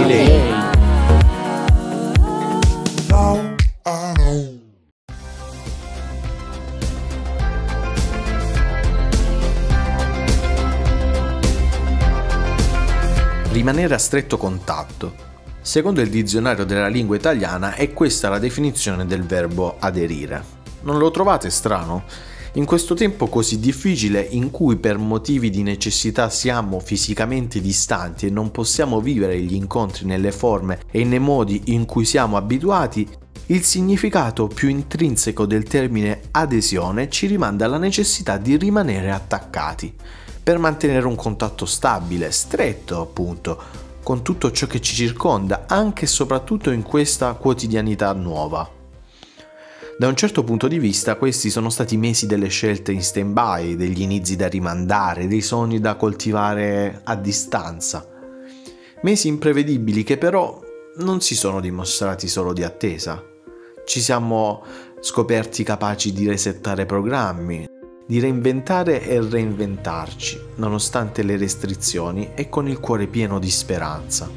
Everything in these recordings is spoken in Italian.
lei. Rimanere a stretto contatto. Secondo il dizionario della lingua italiana è questa la definizione del verbo aderire. Non lo trovate strano? In questo tempo così difficile in cui per motivi di necessità siamo fisicamente distanti e non possiamo vivere gli incontri nelle forme e nei modi in cui siamo abituati, il significato più intrinseco del termine adesione ci rimanda alla necessità di rimanere attaccati, per mantenere un contatto stabile, stretto appunto, con tutto ciò che ci circonda, anche e soprattutto in questa quotidianità nuova. Da un certo punto di vista questi sono stati mesi delle scelte in stand-by, degli inizi da rimandare, dei sogni da coltivare a distanza. Mesi imprevedibili che però non si sono dimostrati solo di attesa. Ci siamo scoperti capaci di resettare programmi, di reinventare e reinventarci, nonostante le restrizioni e con il cuore pieno di speranza.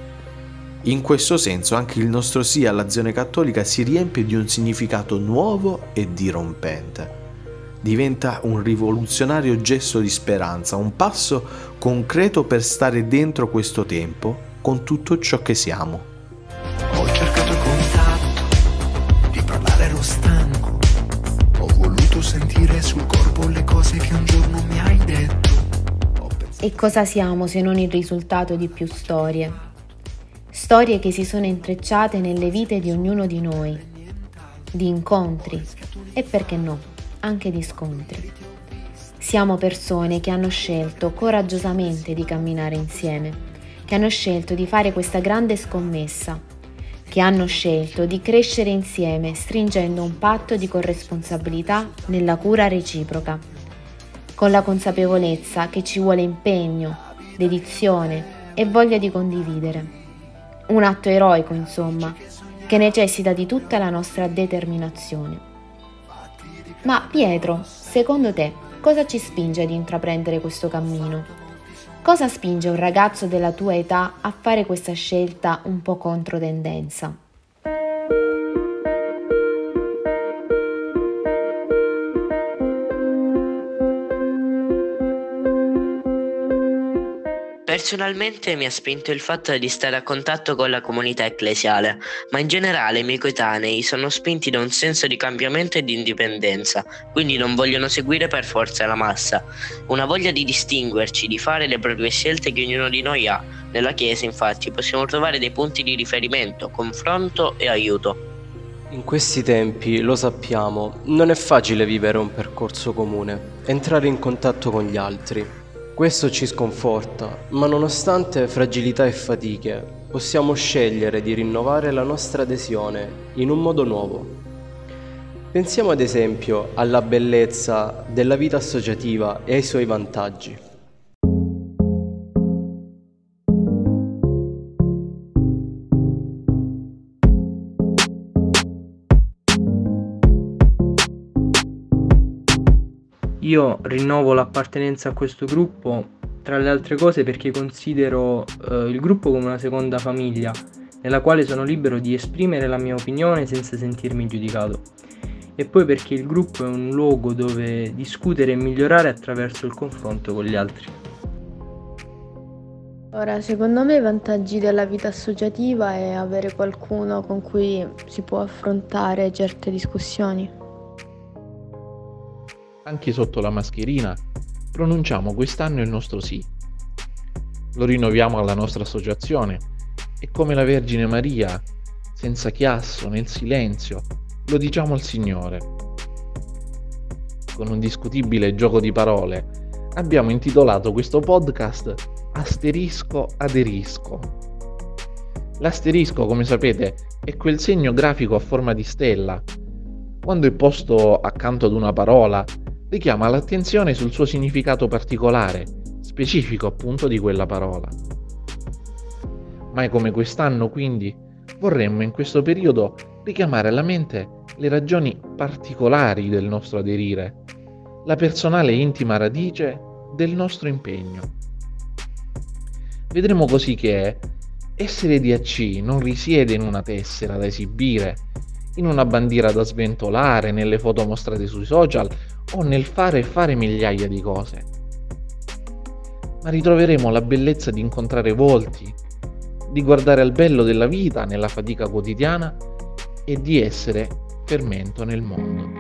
In questo senso anche il nostro sì all'azione cattolica si riempie di un significato nuovo e dirompente. Diventa un rivoluzionario gesto di speranza, un passo concreto per stare dentro questo tempo con tutto ciò che siamo. Ho cercato il contatto, di parlare ero stanco. Ho voluto sentire sul corpo le cose che un giorno mi hai detto. E cosa siamo se non il risultato di più storie? Storie che si sono intrecciate nelle vite di ognuno di noi, di incontri e perché no, anche di scontri. Siamo persone che hanno scelto coraggiosamente di camminare insieme, che hanno scelto di fare questa grande scommessa, che hanno scelto di crescere insieme stringendo un patto di corresponsabilità nella cura reciproca, con la consapevolezza che ci vuole impegno, dedizione e voglia di condividere. Un atto eroico, insomma, che necessita di tutta la nostra determinazione. Ma Pietro, secondo te, cosa ci spinge ad intraprendere questo cammino? Cosa spinge un ragazzo della tua età a fare questa scelta un po' contro tendenza? Personalmente mi ha spinto il fatto di stare a contatto con la comunità ecclesiale, ma in generale i miei coetanei sono spinti da un senso di cambiamento e di indipendenza, quindi non vogliono seguire per forza la massa, una voglia di distinguerci, di fare le proprie scelte che ognuno di noi ha. Nella Chiesa, infatti, possiamo trovare dei punti di riferimento, confronto e aiuto. In questi tempi, lo sappiamo, non è facile vivere un percorso comune, entrare in contatto con gli altri. Questo ci sconforta, ma nonostante fragilità e fatiche, possiamo scegliere di rinnovare la nostra adesione in un modo nuovo. Pensiamo ad esempio alla bellezza della vita associativa e ai suoi vantaggi. Io rinnovo l'appartenenza a questo gruppo, tra le altre cose perché considero il gruppo come una seconda famiglia, nella quale sono libero di esprimere la mia opinione senza sentirmi giudicato. E poi perché il gruppo è un luogo dove discutere e migliorare attraverso il confronto con gli altri. Ora, secondo me i vantaggi della vita associativa è avere qualcuno con cui si può affrontare certe discussioni. Anche sotto la mascherina, pronunciamo quest'anno il nostro sì. Lo rinnoviamo alla nostra associazione e come la Vergine Maria, senza chiasso, nel silenzio, lo diciamo al Signore. Con un discutibile gioco di parole, abbiamo intitolato questo podcast Asterisco Aderisco. L'asterisco, come sapete, è quel segno grafico a forma di stella. Quando è posto accanto ad una parola, richiama l'attenzione sul suo significato particolare, specifico appunto di quella parola. Mai come quest'anno, quindi, vorremmo in questo periodo richiamare alla mente le ragioni particolari del nostro aderire, la personale e intima radice del nostro impegno. Vedremo così che Essere DAC non risiede in una tessera da esibire, in una bandiera da sventolare, nelle foto mostrate sui social o nel fare migliaia di cose. Ma ritroveremo la bellezza di incontrare volti, di guardare al bello della vita nella fatica quotidiana e di essere fermento nel mondo.